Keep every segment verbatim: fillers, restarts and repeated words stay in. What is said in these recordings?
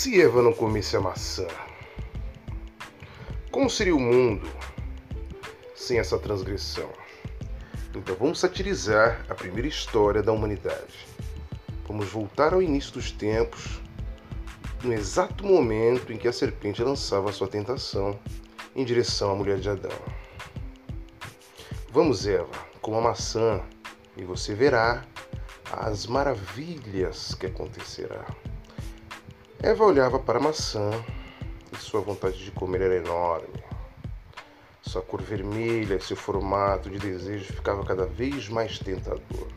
Se Eva não comesse a maçã, como seria o mundo sem essa transgressão? Então vamos satirizar a primeira história da humanidade. Vamos voltar ao início dos tempos, no exato momento em que a serpente lançava sua tentação em direção à mulher de Adão. Vamos, Eva, com a maçã, e você verá as maravilhas que acontecerá. Eva olhava para a maçã e sua vontade de comer era enorme. Sua cor vermelha e seu formato de desejo ficava cada vez mais tentador.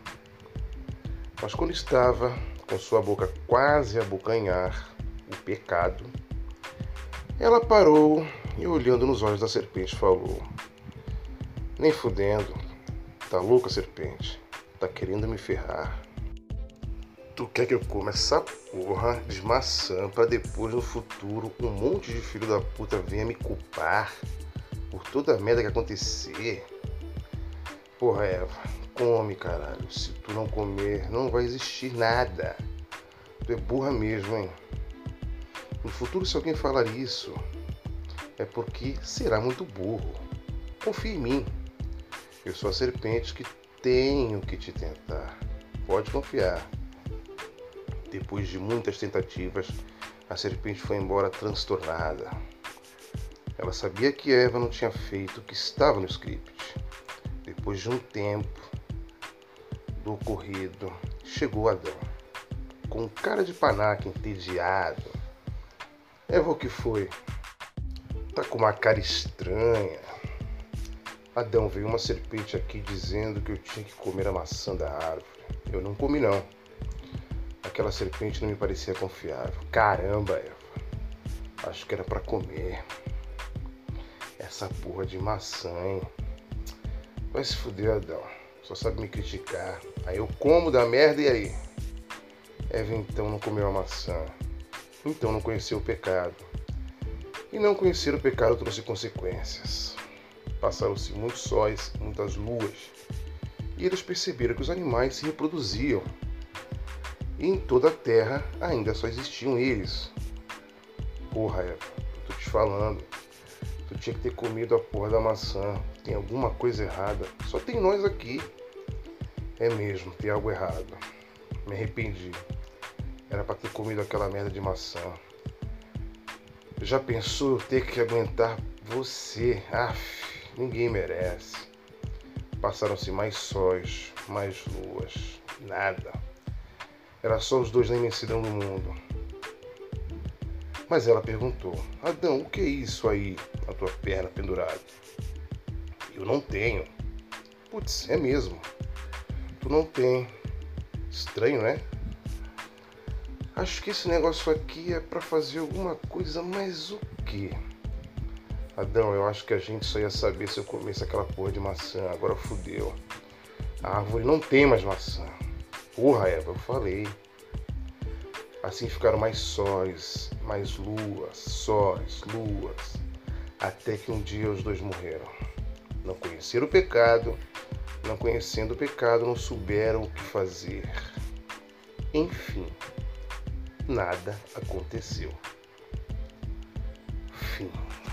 Mas quando estava com sua boca quase a abocanhar o pecado, ela parou e, olhando nos olhos da serpente, falou: "Nem fudendo, tá louca, serpente? Tá querendo me ferrar? Tu quer que eu coma essa porra de maçã pra depois, no futuro, um monte de filho da puta venha me culpar por toda a merda que acontecer? Porra, Eva, come, caralho. Se tu não comer, não vai existir nada. Tu é burra mesmo, hein? No futuro, se alguém falar isso, é porque será muito burro. Confia em mim. Eu sou a serpente que tenho que te tentar. Pode confiar." Depois de muitas tentativas, a serpente foi embora transtornada. Ela sabia que Eva não tinha feito o que estava no script. Depois de um tempo do ocorrido, chegou Adão, com cara de panaca, entediado. "Eva, o que foi? Tá com uma cara estranha." "Adão, veio uma serpente aqui dizendo que eu tinha que comer a maçã da árvore. Eu não comi, não. Aquela serpente não me parecia confiável." "Caramba, Eva. Acho que era pra comer. Essa porra de maçã, hein? Vai se fuder, Adão. Só sabe me criticar. Aí eu como da merda e aí?" Eva então não comeu a maçã. Então não conheceu o pecado. E não conhecer o pecado trouxe consequências. Passaram-se muitos sóis, muitas luas. E eles perceberam que os animais se reproduziam. E em toda a terra ainda só existiam eles. "Porra, Eva, eu tô te falando. Tu tinha que ter comido a porra da maçã. Tem alguma coisa errada. Só tem nós aqui." "É mesmo, tem algo errado. Me arrependi. Era pra ter comido aquela merda de maçã. Já pensou eu ter que aguentar você? Aff, ninguém merece." Passaram-se mais sóis, mais luas. Nada. Era só os dois na imensidão do mundo. Mas ela perguntou: "Adão, o que é isso aí na tua perna pendurada?" "Eu não tenho." "Putz, é mesmo. Tu não tem. Estranho, né? Acho que esse negócio aqui é pra fazer alguma coisa, mas o quê?" "Adão, eu acho que a gente só ia saber se eu comesse aquela porra de maçã. Agora fudeu. A árvore não tem mais maçã." "Porra, Eva, eu falei." Assim ficaram mais sóis, mais luas, sóis, luas, até que um dia os dois morreram. Não conheceram o pecado, não conhecendo o pecado, não souberam o que fazer. Enfim, nada aconteceu. Fim.